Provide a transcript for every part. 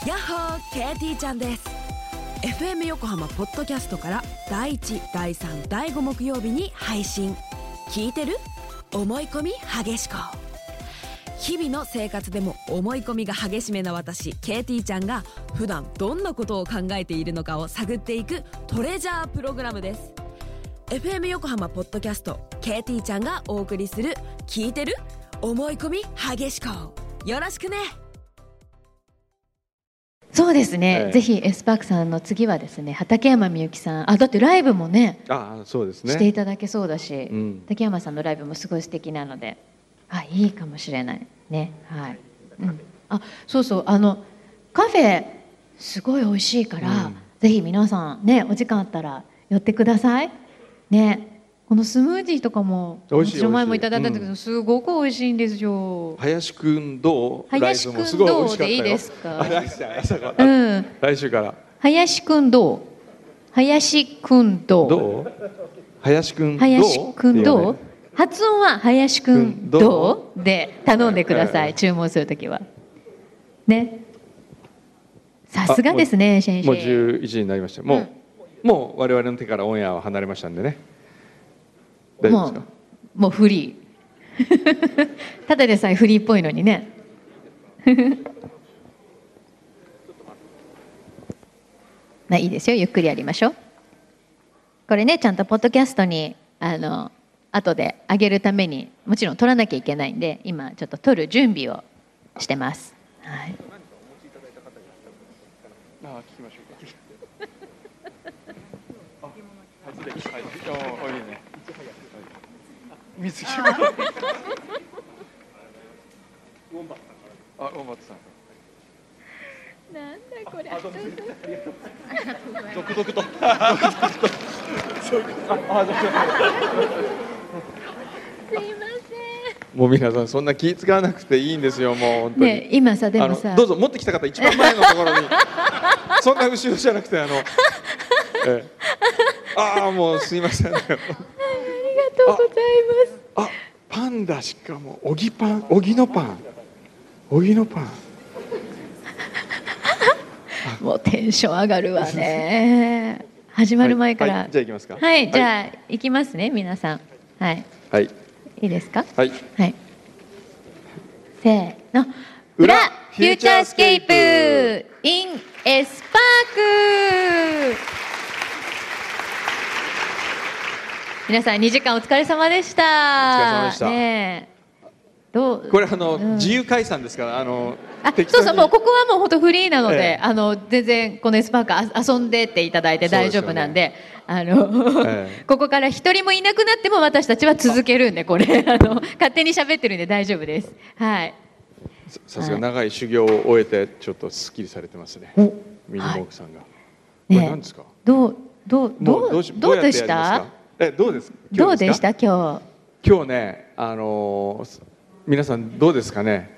やっほー、KT ちゃんです。 FM 横浜ポッドキャストから第1、第3、第5木曜日に配信。聞いてる？思い込み激しこ。日々の生活でも思い込みが激しめな私 KT ちゃんが普段どんなことを考えているのかを探っていくトレジャープログラムです。 FM 横浜ポッドキャスト KT ちゃんがお送りする聞いてる？思い込み激しこ。よろしくね。 そうですね、ぜひエスパークさんの次はですね、畠山みゆきさん、だってライブもね、 そうですね、 していただけそうだし、畠山さんのライブもすごい素敵なので、いいかもしれないね。はい、そうそう、カフェすごい美味しいから、ぜひ皆さんね、お時間あったら寄ってくださいね。このスムージーとかも私前もいただいたんだけど、すごく美味しいんですよ。 林くんどう？ 林くんどうでいいですか？ 来週から林くんどう？林くんどう？ 林くんどう？ 発音は林くんどうで頼んでください。注文するときはね。さすがですね、先生。 もう11時になりました。もう我々の手からオンエアは離れましたんでね。大丈夫ですか？ もうフリーただでさえフリーっぽいのにねいいですよ、ゆっくりやりましょう。これね、ちゃんとポッドキャストに後で上げるためにもちろん撮らなきゃいけないんで、今ちょっと撮る準備をしてます。はい、 聞きましょうか。水着。ウォンバットさん。 なんだこれ。 続々と。 すいません。 もう皆さんそんな気使わなくていいんですよ、もう本当に。 ね、今さ、でもさ、 どうぞ持ってきた方一番前のところに。そんな後ろじゃなくてもうすいません。ありがとうございます。 パンだ。しかもおぎのパン。 もうテンション上がるわね。始まる前から。 じゃあ行きますか。 はい、じゃあ行きますね、皆さん。はい。 はい。 いいですか？ はい。 はい。せーの。裏フューチャースケープ in エスパーク。皆さん2時間お疲れ様でした。 お疲れ様でした。 ね、どう？ これ自由解散ですから、 そうもうここはもう本当フリーなので、全然このエスパーク遊んでっていただいて大丈夫なんで、ここから一人もいなくなっても私たちは続けるんで、これ勝手に喋ってるんで大丈夫です。はい。 さすが長い修行を終えてちょっとすっきりされてますね。ミニモークさんが。これ何ですか？ どうでした？ どうですか？ どうでした今日ね、皆さんどうですかね。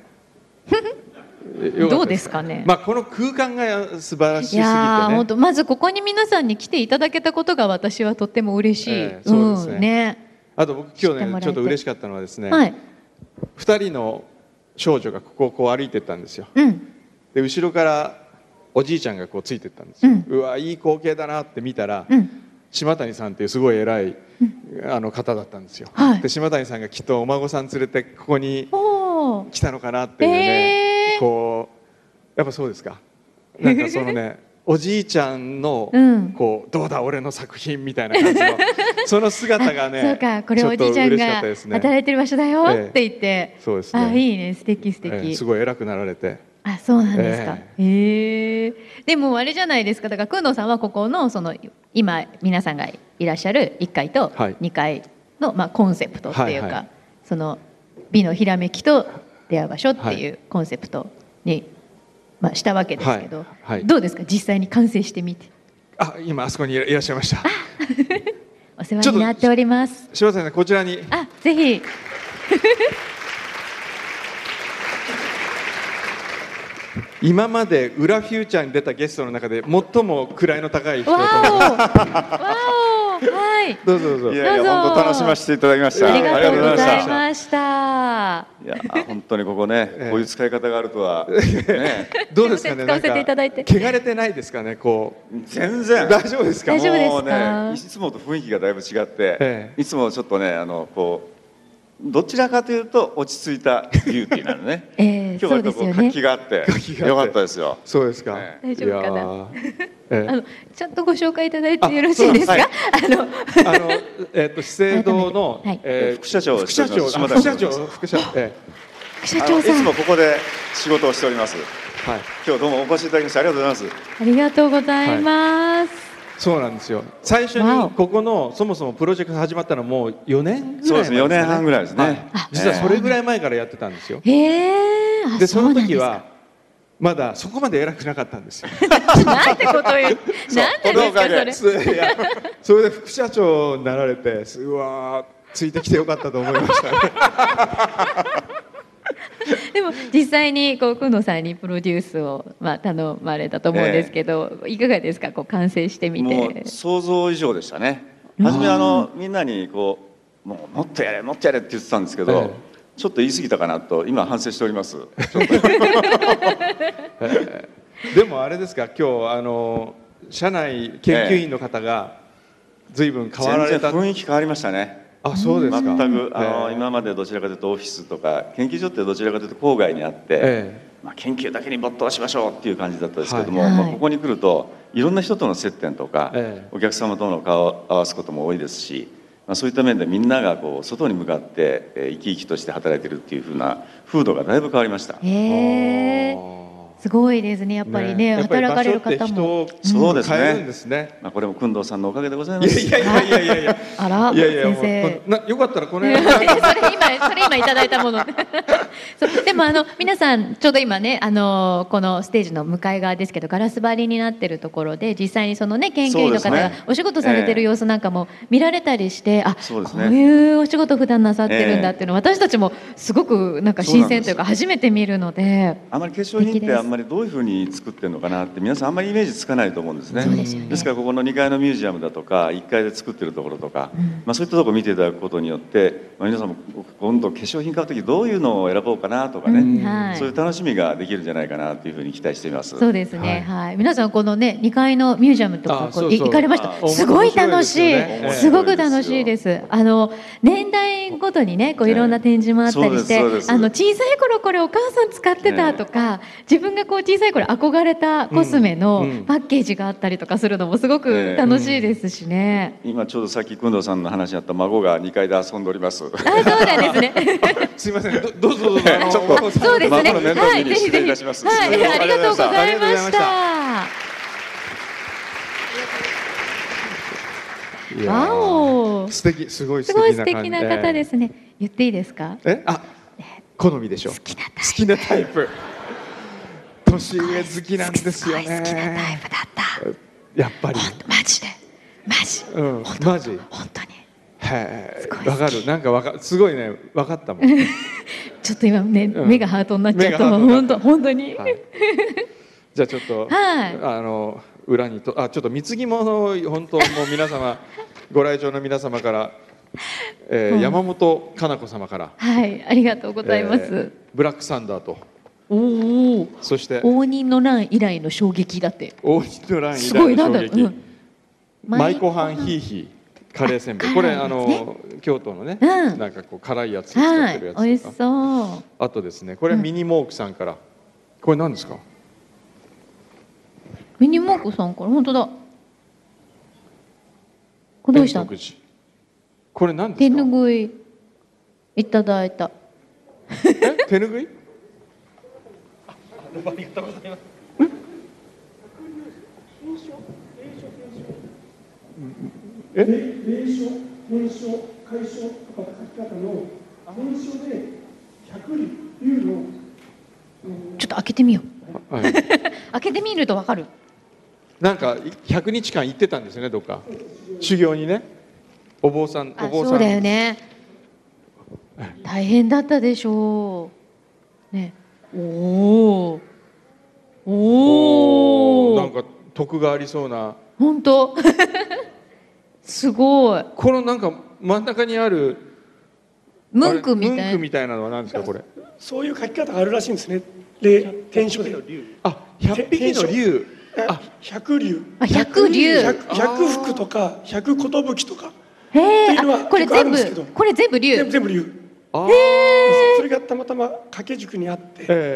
どうですかね。 この空間が素晴らしすぎてね。 本当、まずここに皆さんに来ていただけたことが私はとっても嬉しい。 そうですね。 あと僕今日ねちょっと嬉しかったのはですね、2人の少女がここをこう歩いてったんですよ。で後ろからおじいちゃんがこうついてったんですよ。うわ、いい光景だなって見たら、島谷さんっていうすごい偉い方だったんですよ。で島谷さんがきっとお孫さん連れてここに来たのかなっていうね、こうやっぱそうですか。なんかそのねおじいちゃんのこうどうだ俺の作品みたいな感じのその姿がね、 そうか、これおじいちゃんが働いてる場所だよって言って、 そうですね。 いいね、素敵素敵。 すごい偉くなられて。 そうなんですか。でもあれじゃないですか。だから工藤さんはここのその今皆さんがいらっしゃる1階と2階のコンセプトっていうか、その美のひらめきと出会う場所っていうコンセプトにしたわけですけど、どうですか実際に完成してみて。 今あそこにいらっしゃいました。 お世話になっております。 柴田さんこちらに。 ぜひ。 今まで裏フューチャーに出たゲストの中で最も位の高い人だと思います。 はい。 どうぞどうぞ。 いやいや本当楽しませていただきました。 ありがとうございました。 か。 いや本当にここね、こういう使い方があるとは、ね、 どうですかね。 使わせていただいて。 汚れてないですかね。こう全然大丈夫ですか。 大丈夫ですか。 もうね、いつもと雰囲気がだいぶ違って、いつもちょっとねこうどちらかというと落ち着いたビューティーなのね。今日はやっぱこう活気があってよかったですよ。 そうですか。 大丈夫かな。ちゃんとご紹介いただいてよろしいですか。 資生堂の副社長、 副社長さん。 いつもここで仕事をしております。はい。今日どうもお越しいただきましてありがとうございます。 ありがとうございます。 そうなんですよ。最初にここのそもそもプロジェクト始まったのはもう4年ぐらい前ですね。 そうですね。4年半ぐらいですね。 実はそれぐらい前からやってたんですよ。 でその時はまだそこまで偉くなかったんですよ。 なんてこと言う。なんでですかそれ。 それで副社長になられて、うわついてきてよかったと思いましたね。 でも実際に工藤さんにプロデュースを頼まれたと思うんですけど、いかがですか。完成してみて。 もう想像以上でしたね。初めみんなにもっとやれもっとやれって言ってたんですけど、ちょっと言い過ぎたかなと今反省しております。 でもあれですか、今日社内研究員の方が随分変わられた。 全然雰囲気変わりましたね。 あ、そうですか。 全く今までどちらかというとオフィスとか研究所ってどちらかというと郊外にあって、研究だけに没頭しましょうっていう感じだったんですけども、ここに来るといろんな人との接点とか、お客様との顔を合わすことも多いですし、そういった面でみんなが外に向かって生き生きとして働いているっていう風な風土がだいぶ変わりました。 すごいですね。やっぱりね、働かれる方もそうですね。これも工藤さんのおかげでございます。 いやあら、先生。 よかったらこの辺。 それ今いただいたもの。でも皆さんちょうど今ねこのステージの向かい側ですけど、ガラス張りになってるところで実際にそのね研究員の方がお仕事されてる様子なんかも見られたりして、こういうお仕事普段なさってるんだっていうの私たちもすごくなんか新鮮というか初めて見るので。 あまり化粧品ってあんまりどういうふうに作ってるのかなって皆さんあんまりイメージつかないと思うんですね。ですからここの2階のミュージアムだとか1階で作ってるところとか、そういったところを見ていただくことによって、皆さんも今度化粧品買う時どういうのを選ぼうかなとかね、そういう楽しみができるんじゃないかなというふうに期待しています。 そうですね。はい。皆さんこのね2階のミュージアムとか行かれました。すごい楽しい。すごく楽しいです。年代ごとにねいろんな展示もあったりして、小さい頃これお母さん使ってたとか、自分が小さい頃憧れたコスメのパッケージがあったりとかするのもすごく楽しいですしね。 今ちょうどさっき工藤さんの話にあった孫が2階で遊んでおります。 そうなんですね。 すいません。どうぞ。 そうですね。 はい、ぜひぜひ。 はい、ありがとうございました。わお。 素敵、すごい素敵な方ですね。言っていいですか？ 好みでしょ。 好きなタイプ。 年上好きなんですよね。 好きなタイプだった。 やっぱり。 マジ。 マジ。 本当に。 わかる。なんかすごいね、わかったもん。 ちょっと今ね、目がハートになっちゃった。本当に。 じゃあちょっと裏にちょっと貢ぎ物本当もう皆様ご来場の皆様から山本かな子様から、 ありがとうございます。 ブラックサンダーと。そして応仁の乱以来の衝撃だって。 応仁の乱以来の衝撃。舞妓飯ヒーヒーカレーせんべい。これ京都のね、なんか辛いやつ使ってるやつとか。 美味しそう。 あとですね、これミニモークさんから。これ何ですか？ ミニモークさんから本当だ。これどうした？ これ何ですか？ 手ぬぐいいただいた。 手ぬぐい？ ありがとうございます。 名称、名称、解消とか書き方の名称で100いうの。 ちょっと開けてみよう。開けてみるとわかる。 なんか100日間行ってたんですよね、どっか修行にね。お坊さん。 そうだよね。大変だったでしょう。ね。おお。 なんか徳がありそうな。 本当。すごい。 このなんか真ん中にあるムンクみたいな。 ムンクみたいなのは何ですかこれ？ そういう書き方があるらしいんですね。天書で。 あ、100匹の竜。 あ、100竜。 100竜。 100福とか100寿とか。 へえ。これ全部竜。 全部竜。へえ。それがたまたま掛け軸にあって、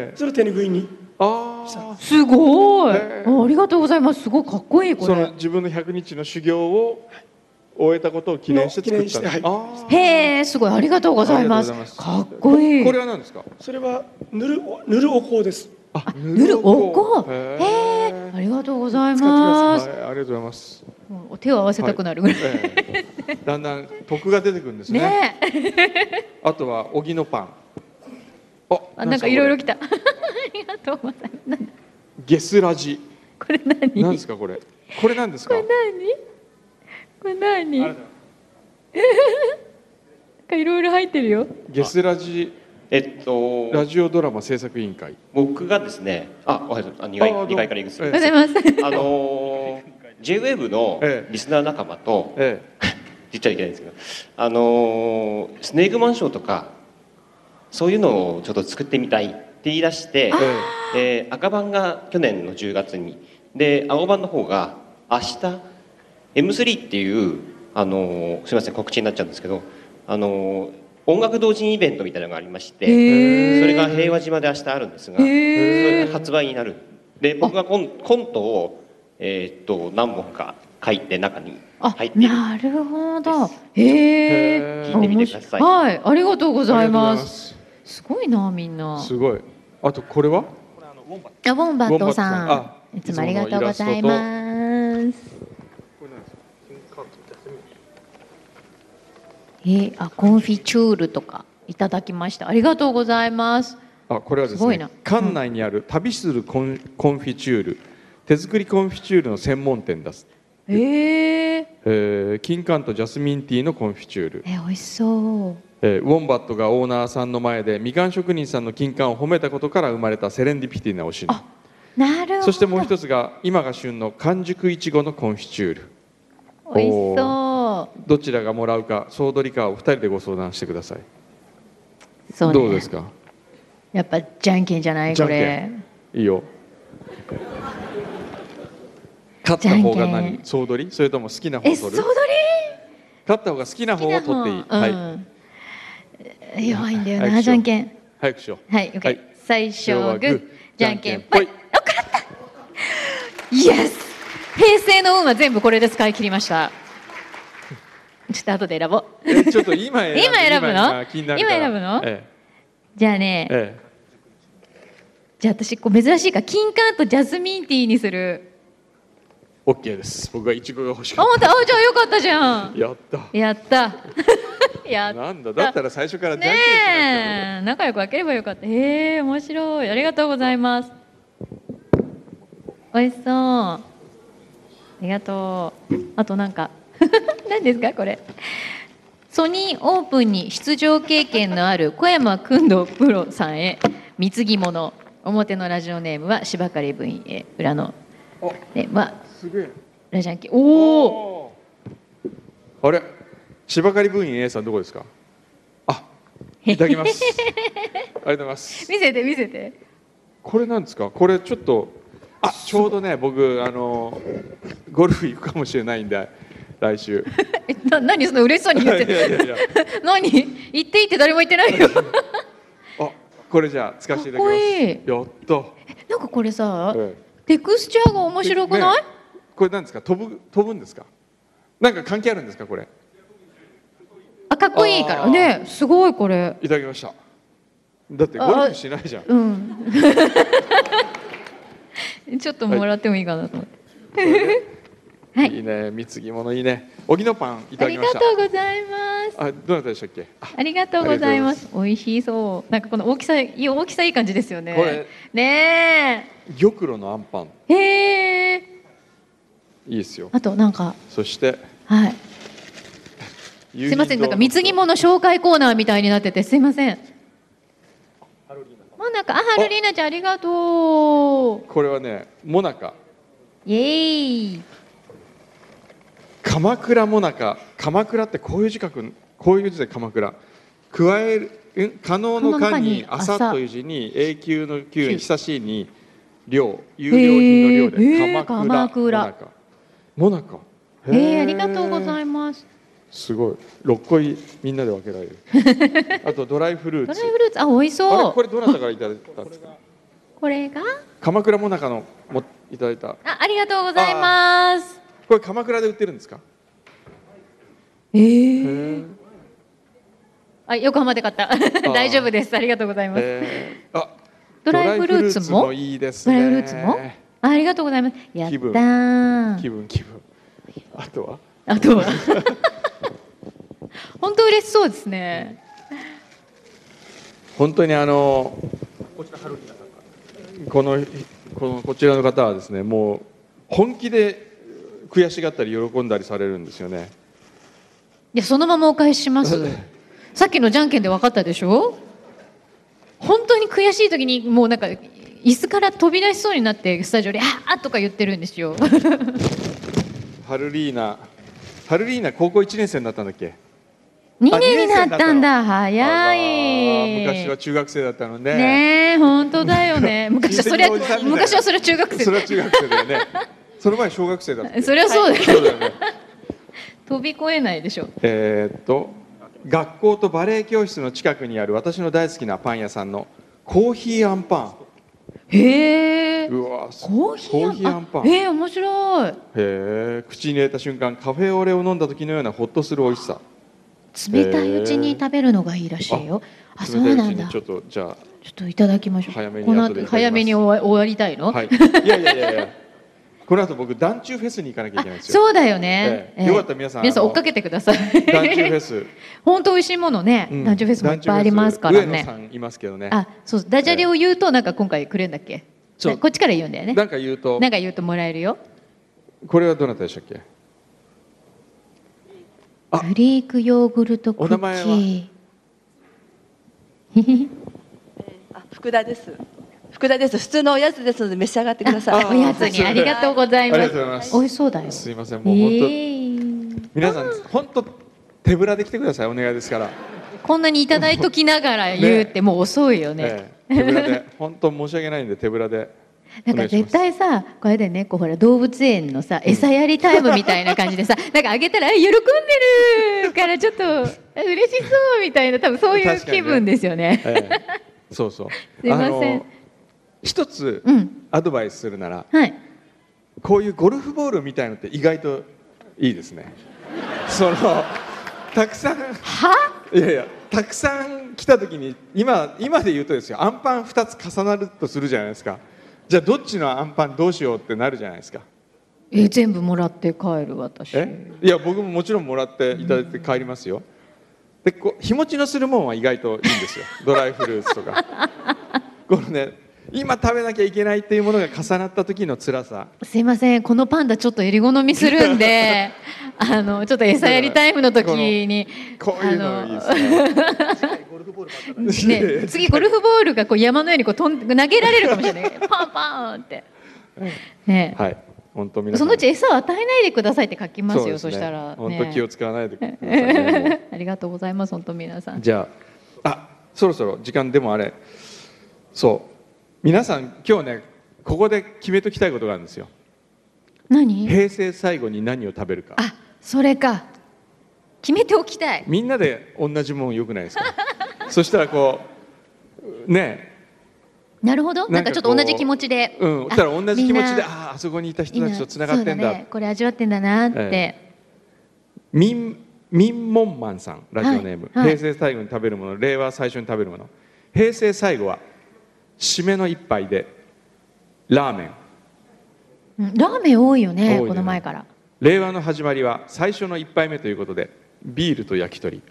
それを手拭いに。 すごい。ありがとうございます。すごいかっこいいこれ。 その自分の100日の修行を終えたことを記念して作った。 へえ、すごいありがとうございます。かっこいい。 これは何ですか？ それは塗るお香です。 塗るお香。へえ、ありがとうございます。 ありがとうございます。 手を合わせたくなるぐらい。 だんだん徳が出てくるんですね。あとは荻野パン。 なんかいろいろ来た。ありがとうございます。 ゲスラジ。 これ何？ 何ですかこれ？これ何ですか？ これ何？なんかいろいろ入ってるよ。 ゲスラジ。ラジオドラマ制作委員会。 僕がですね、2階から行くんですよ。 おはようございます。 J-WAVE のリスナー仲間と、言っちゃいけないんですけど、スネークマンションとかそういうのをちょっと作ってみたいって言い出して、赤版が去年の10月に、で青版の方が明日 M3 っていうすみません告知になっちゃうんですけど、音楽同人イベントみたいなのがありまして、それが平和島で明日あるんですが、それが発売になる。で僕がコントを何本か書いて中に入っている。 なるほど。へえ。 聞いてみてください。 はい、ありがとうございます。すごいなみんな。 すごい。あとこれは？ ウォンバットさん。いつもありがとうございます。コンフィチュールとかいただきました。ありがとうございます。 これはですね、館内にある旅するコンフィチュール、手作りコンフィチュールの専門店です。金柑とジャスミンティーのコンフィチュール。 美味しそう。 ウォンバットがオーナーさんの前でみかん職人さんの金柑を褒めたことから生まれたセレンディピティなお品。 なるほど。 そしてもう一つが今が旬の完熟いちごのコンフィチュール。 美味しそう。 どちらがもらうか総取りかを2人でご相談してください。 そうね。 どうですか？ やっぱじゃんけんじゃないこれ。 いいよ。勝った方が何？総取り？それとも好きな方を取る？ 総取り？ 勝った方が好きな方を取っていい。はい。 弱いんだよなじゃんけん。 早くしよう。はい。オッケー。最初はグー、じゃんけんぽい。勝った。イエス。平成の運は全部これで使い切りました。ちょっと後で選ぼう。 ちょっと今選ぶの？ 今選ぶの？じゃあね。じゃあ私珍しいから金柑とジャスミンティーにする。 OK です。僕はイチゴが欲しかった。 じゃあよかったじゃん。 やった。 やった。 なんだ。だったら最初からじゃんけんしなくて。 仲良く分ければよかった。面白い。ありがとうございます。美味しそう。ありがとう。あとなんか何ですかこれ。ソニーオープンに出場経験のある小山君堂プロさんへ貢ぎ物。表のラジオネームは芝刈部員へ、裏のネームはラジャンキ。おお。 あれ、芝刈部員 A さんどこですか？いただきます。ありがとうございます。 見せて。 これなんですか？これちょっとちょうどね僕ゴルフ行くかもしれないんで来週。 何その嬉しそうに言ってる。何？行っていいって誰も言ってないよ。 これじゃあ使わせていただきます。やった。 なんかこれさ、テクスチャーが面白くない？ これなんですか？飛ぶんですか？なんか関係あるんですかこれ？ かっこいいからね。すごいこれ。 いただきました。だってゴルフしないじゃん。 ちょっともらってもいいかなと思って。 いいね、貢ぎ物いいね。荻野パンいただきました。 ありがとうございます。 どなたでしたっけ？ ありがとうございます。美味しそう。なんかこの大きさいい感じですよね。 これねえ。 玉露のあんパン。 いいですよ。 あとなんか。 そして。 はい。すいません、なんか貢ぎ物紹介コーナーみたいになっててすいません。モナカ、ハルリーナちゃんありがとう。 これはね、モナカ。 イエーイ。 鎌倉モナカ。鎌倉ってこういう字で鎌倉。 加える可能の可に朝という字に永久の久に久しいに量、有料品の量で鎌倉もなか。 ありがとうございます。 すごい6個みんなで分けられるあとドライフルーツ、 あ、美味しそう。 これどなたからいただいたんですか？ これが鎌倉もなかのいただいた。 ありがとうございます。 これ鎌倉で売ってるんですか？ 横浜で買った大丈夫です。ありがとうございます。ドライフルーツもいいですね。 ドライフルーツもありがとうございます。やったー。 気分あとは本当嬉しそうですね。 本当にこちらの方はですね、もう本気で悔しがったり喜んだりされるんですよね。 いや、そのままお返ししますさっきのじゃんけんで分かったでしょ。本当に悔しい時にもうなんか椅子から飛び出しそうになってスタジオで「あっ!」とか言ってるんですよハルリーナ高校1年生になったんだっけ ？2年になったんだ。早い。 昔は中学生だったのね。 ねえ、本当だよね。昔はそれは中学生。 それは中学生だよね。その前小学生だった。 それはそうだよね。飛び越えないでしょ。 学校とバレエ教室の近くにある私の大好きなパン屋さんのコーヒーあんパン。 へえ。 うわ、 コーヒーあんパン。面白い。 口に入れた瞬間カフェオレを飲んだ時のようなホッとする美味しさ。 冷たいうちに食べるのがいいらしいよ。そうなんだ。 ちょっとじゃあちょっといただきましょう。早めに終わりたいの？ いやこの後僕団中フェスに行かなきゃいけないんですよ。 そうだよね。 よかったら皆さん追っかけてください。 団中フェス。 本当美味しいものね。団中フェスもいっぱいありますからね。 上野さんいますけどね。 そう、ダジャレを言うとなんか今回くれるんだっけ？こっちから言うんだよね。 なんか言うともらえるよ。 これはどなたでしたっけ？ グリークヨーグルトクッキー。お名前は？ 福田です。普通のおやつですので召し上がってください。 おやつにありがとうございます。美味しそうだよ。 すいません、もう本当皆さん本当手ぶらで来てください。お願いですから。 こんなにいただいときながら言うってもう遅いよね。 手ぶらで本当申し訳ないんで手ぶらで。 なんか絶対さ、これでね、ほら動物園のさ餌やりタイムみたいな感じでさ、なんかあげたら喜んでるからちょっと嬉しそうみたいな、多分そういう気分ですよね。 そうそう。 すいません。 一つアドバイスするなら、こういうゴルフボールみたいのって意外といいですね。たくさんたくさん来た時に今で言うとですよ、アンパン2つ重なるとするじゃないですか。じゃあどっちのアンパンどうしようってなるじゃないですか。 全部もらって帰る私。 いや僕ももちろんもらっていただいて帰りますよ。で日持ちのするもんは意外といいんですよ。ドライフルーツとかこのね、今食べなきゃいけないっていうものが重なった時の辛さ。 すいません、このパンダちょっと襟好みするんでちょっと餌やりタイムの時にこういうのいいですね。次ゴルフボールがこう山のようにこう投げられるかもしれない。パンパンってね。 はい、本当皆さんそのうち餌を与えないでくださいって書きますよ。そしたら本当気を使わないでくださいね。 ありがとうございます。本当皆さん。 じゃあそろそろ時間でもあれ、そう皆さん今日ね、ここで決めときたいことがあるんですよ。 何？ 平成最後に何を食べるか。 それか。決めておきたい。 みんなで同じもんよくないですか？そしたらこうね。 なるほど。なんかちょっと同じ気持ちで。 そしたら同じ気持ちで、あそこにいた人たちとつながってんだ。 これ味わってんだなって。 ミンモンマンさん、ラジオネーム。平成最後に食べるもの、令和最初に食べるもの。平成最後は締めの一杯でラーメン。 ラーメン多いよね、この前から。 令和の始まりは最初の一杯目ということでビールと焼き鳥。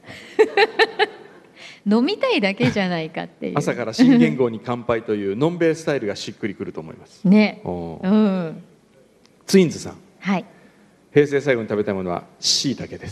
飲みたいだけじゃないかっていう。 朝から新元号に乾杯というのんべいスタイルがしっくりくると思いますね。 ツインズさん、 はい、 平成最後に食べたいものはしいたけです。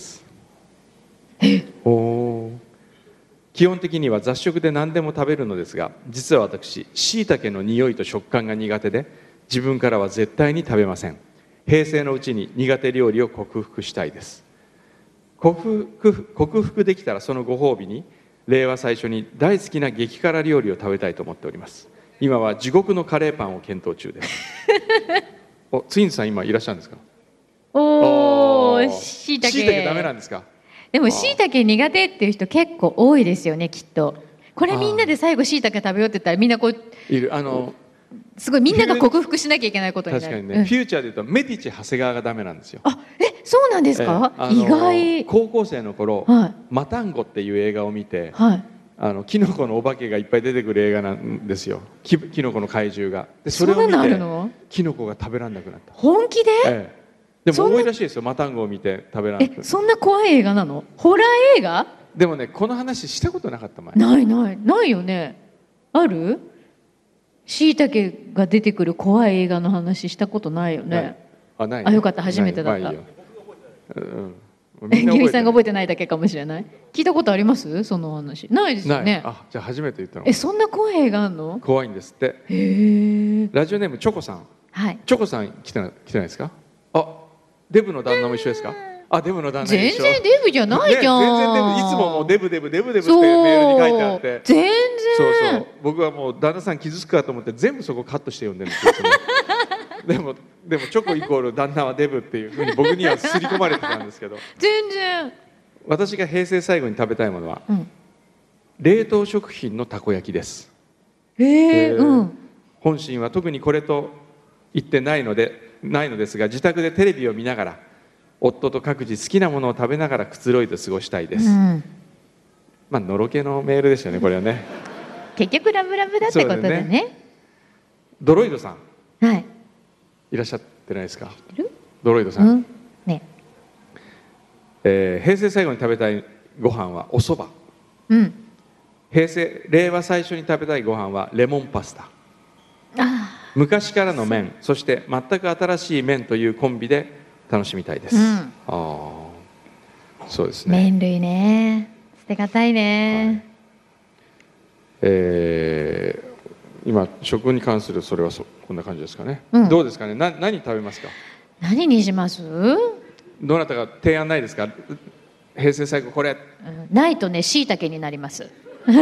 基本的には雑食で何でも食べるのですが、実は私しいたけの匂いと食感が苦手で自分からは絶対に食べません。平成のうちに苦手料理を克服したいです。 克服できたらそのご褒美に令和最初に大好きな激辛料理を食べたいと思っております。今は地獄のカレーパンを検討中ですツインズさん今いらっしゃるんですか？ おー、しいたけダメなんですか？ でもしいたけ苦手っていう人結構多いですよね、きっと。これみんなで最後しいたけ食べようって言ったらみんなこういるすごいみんなが克服しなきゃいけないことになる。 確かにね、フューチャーで言うとメディチ長谷川がダメなんですよ。 そうなんですか？意外。 高校生の頃、マタンゴっていう映画を見て、キノコのお化けがいっぱい出てくる映画なんですよ。キノコの怪獣が。でそれを見てキノコが食べられなくなった。 本気で？ でも多いらしいですよ、マタンゴを見て食べられなくなった。 そんな怖い映画なの？ホラー映画？ でもね、この話したことなかった前。 ないよね。ある？しいたけが出てくる怖い映画の話したことないよね。 ない。 よかった、初めてだった。牛井さんが覚えてないだけかもしれない。聞いたことあります？その話。ないですよね。 じゃあ初めて言ったの。 そんな怖い映画あんの？ 怖いんですって。ラジオネームチョコさん。チョコさん来てないですか？デブの旦那も一緒ですか？デブの旦那一緒。 全然デブじゃないじゃん。 全然デブ。いつももうデブってメールに書いてあって。 全然。 そう僕はもう旦那さん傷つくかと思って全部そこカットして読んでるんですよ。でもチョコイコール旦那はデブっていうふうに僕には刷り込まれてたんですけど。 全然。 私が平成最後に食べたいものは、冷凍食品のたこ焼きです。本心は特にこれと言ってないのですが、自宅でテレビを見ながら夫と各自好きなものを食べながらくつろいで過ごしたいです。のろけのメールでしたね、これはね。 結局ラブラブだってことだね。 ドロイドさん、いらっしゃってないですか？ドロイドさん、平成最後に食べたいご飯はお蕎麦。令和最初に食べたいご飯はレモンパスタ。昔からの麺、そして全く新しい麺というコンビで楽しみたいです。そうですね。 麺類ね、捨てがたいね。 今食に関するそれはこんな感じですかね。どうですかね。何食べますか？ 何にします？ どなたか提案ないですか？平成最後これ。 ないとね、しいたけになります。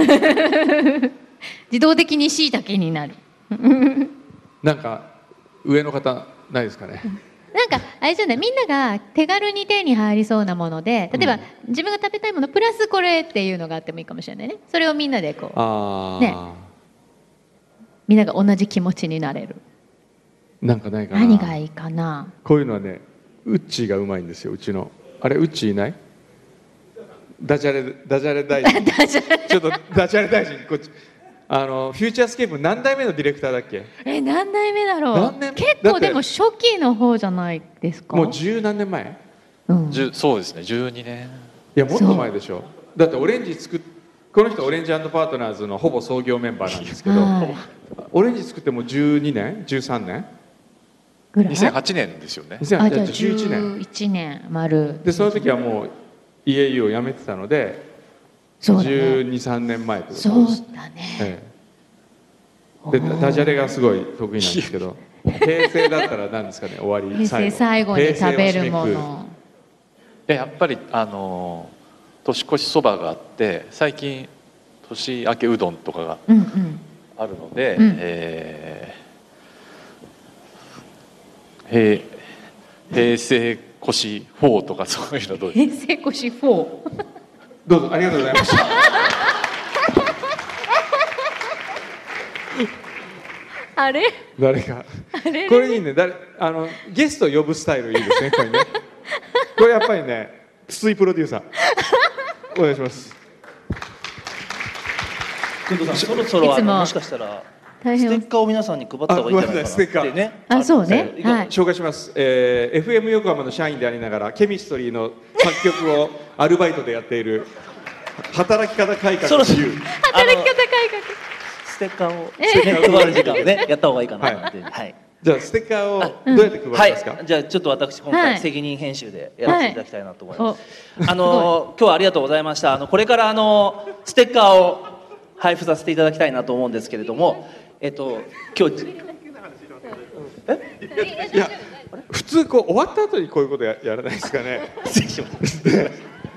自動的にしいたけになる。 なんか上の方ないですかね。 なんかあれじゃない、みんなが手軽に手に入りそうなもので、例えば、自分が食べたいものプラスこれっていうのがあってもいいかもしれないね。それをみんなでこうね、みんなが同じ気持ちになれる。 なんかないかな。 何がいいかな。 こういうのはね、ウッチーがうまいんですよ。うちのあれウッチーいない？ダジャレ大臣ちょっとダジャレ大臣こっち。フューチャースケープ何代目のディレクターだっけ？ 何代目だろう。結構でも初期の方じゃないですか？ もう十何年前？ そうですね、12年。 いやもっと前でしょ。だってこの人オレンジ&パートナーズのほぼ創業メンバーなんですけど、オレンジ作ってもう12年13年ぐらい。2008年ですよね。 2011年。 11年丸でその時はもう EAU を辞めてたので12、13年前ってことです。 そうだね。 でダジャレがすごい得意なんですけど、平成だったら何ですかね。終わり平成最後に食べるもの。 やっぱり年越しそばがあって、最近年明けうどんとかがあるので、平成腰4とかそういうのどうですか？ 平成腰4。 どうぞありがとうございました。 あれ？ 誰か。これいいね。ゲスト呼ぶスタイルいいですね。これね。これやっぱりね、筒井プロデューサー。お願いします。 くんどさん、そろそろもしかしたらステッカーを皆さんに配った方がいいんじゃないかなってね。 そうね。 紹介します。FM 横浜の社員でありながらケミストリーの作曲をアルバイトでやっている働き方改革。 働き方改革。 ステッカーを配る時間をねやった方がいいかなっていう。 じゃあステッカーをどうやって配りますか？ じゃあちょっと私今回責任編集でやらせていただきたいなと思います。今日はありがとうございました。これからステッカーを配布させていただきたいなと思うんですけれども、今日いや普通こう終わった後にこういうことやらないですかね。 失礼します。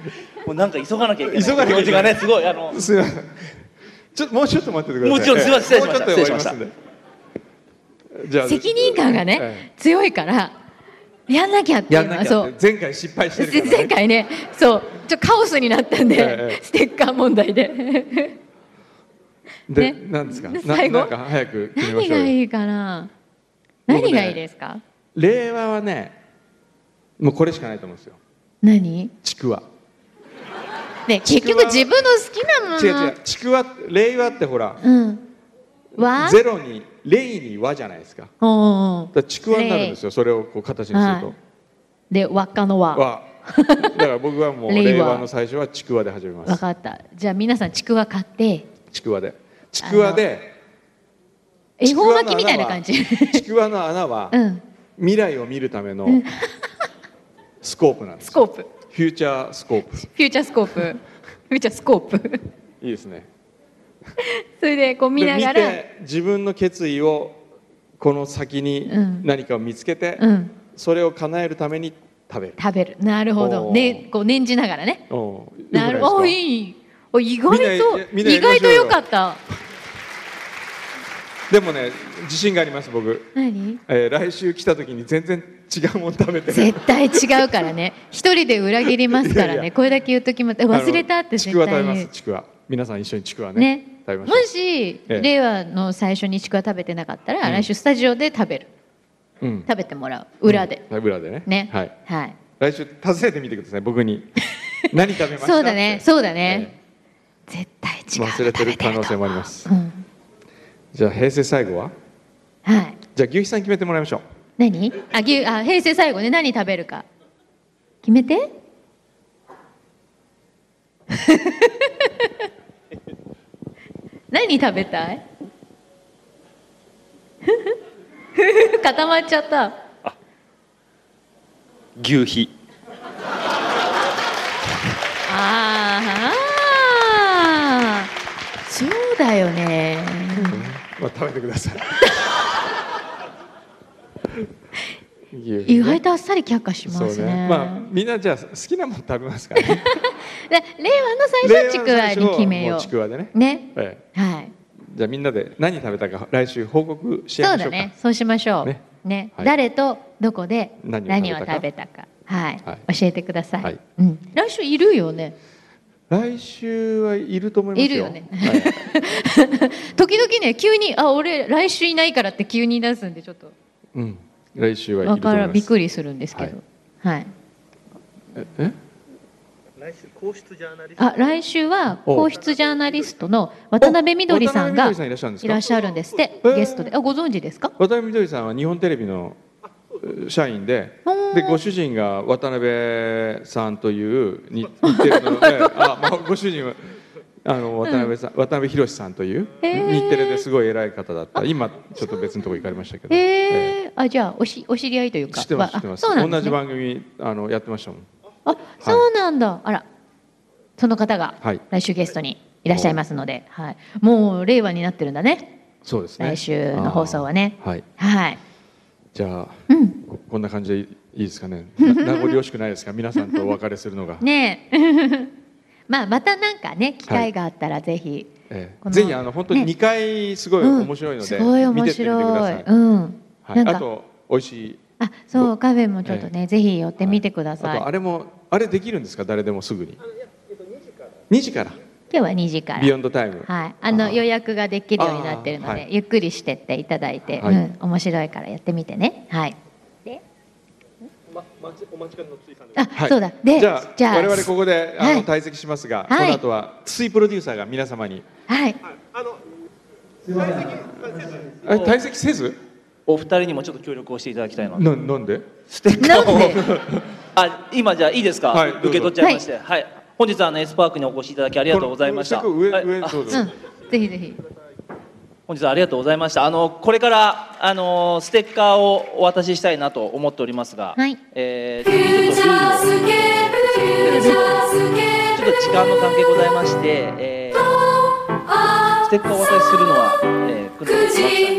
もうなんか急がなきゃいけない気持ちがねすごいすみません。もうちょっと待っててください。 もちろんすみません、失礼しました。 じゃあ責任感がね、強いからやんなきゃっていうのはそう。 前回失敗してるから、ね。 前回ね、そうカオスになったんで、ステッカー問題で。 で、何ですか。なんか早く決めましょうよ。 何がいいかな。何がいいですか。 令和はね、もうこれしかないと思うんですよ。 何？ ちくわ。 ね、結局自分の好きなもの。 違うちくわ、令和ってほら。ゼロに令に和じゃないですか。だちくわになるんですよ。それをこう形にすると。 で輪っかの輪。 だから僕はもう令和の最初はちくわで始めます。 分かった。じゃあ皆さんちくわ買って。 ちくわで。ちくわで。 恵方巻きみたいな感じ。 ちくわの穴は未来を見るためのスコープなんです。 スコープ。 フューチャースコープ。 フューチャースコープ。フューチャースコープ。 いいですね。 それでこう見ながら自分の決意をこの先に何かを見つけて、それを叶えるために食べる。 なるほど。ね、こう念じながらね。なるほど。いい。意外と良かった。 でもね、自信があります僕。 何？ 来週来た時に全然違うもの食べて。 絶対違うからね。一人で裏切りますからね。これだけ言うときも忘れたって絶対。 ちくわ食べます。ちくわ。皆さん一緒にちくわね。食べましょう。 もし令和の最初にちくわ食べてなかったら、来週スタジオで食べる。食べてもらう。裏で。 裏でね。 ね。 はい。来週訪ねてみてください。僕に何食べました。 そうだね。そうだね。絶対違う。 忘れてる可能性もあります。じゃあ平成最後は。 はい。 じゃあ牛肥さん決めてもらいましょう。 何？平成最後ね、何食べるか決めて。何食べたい？固まっちゃった。 牛肥。 そうだよね。 食べてください。 意外とあっさり却下しますね。 みんなじゃあ好きなもの食べますからね。 令和の最初はちくわに決めよう。 ちくわでね。 ね。はい。 じゃあみんなで何食べたか来週報告し合いましょうか。 そうだね。そうしましょう。ね。誰とどこで何を食べたか。はい。教えてください。来週いるよね。 来週はいると思いますよ。 いるよね。時々ね、急に俺来週いないからって急に出すんでちょっと。 来週はいると思います。 びっくりするんですけど。はい。来週は皇室ジャーナリストの渡辺みどりさんがいらっしゃるんですって。ゲストで。ご存知ですか？ 渡辺みどりさんは日本テレビの社員で、ご主人が渡辺さんという日テレのご主人は渡辺博さんという日テレですごい偉い方だった。今ちょっと別のところ行かれましたけど。 じゃあお知り合いというか。 知ってます知ってます。同じ番組やってましたもん。 そうなんだ。あら、その方が来週ゲストにいらっしゃいますので、もう令和になってるんだね。 そうですね。 来週の放送はね。はい。 じゃあこんな感じでいいですかね。名残惜しくないですか、皆さんとお別れするのが。 ねえ。またなんかね、機会があったらぜひ。 ぜひ本当に2回すごい面白いので、 すごい面白い。 あと美味しい。 そうカフェもちょっとね、ぜひ寄ってみてください。 あれできるんですか、誰でもすぐに。2時から。 今日は2時から。 ビヨンドタイム。 予約ができるようになってるので、ゆっくりしてっていただいて、面白いからやってみてね。はい。で。お待ちかねのついさん。そうだ。で、 じゃあ我々ここで退席しますが、この後はついプロデューサーが皆様に。 はい。 退席せず？ お二人にもちょっと協力をしていただきたいな。 なんで？ ステッカーを。今じゃあいいですか？受け取っちゃいまして。はい。本日エスパークにお越しいただきありがとうございました。 ぜひぜひ。 本日はありがとうございました。これからステッカーをお渡ししたいなと思っておりますが、ちょっと時間の関係ございまして、ステッカーをお渡しするのは9時になりました。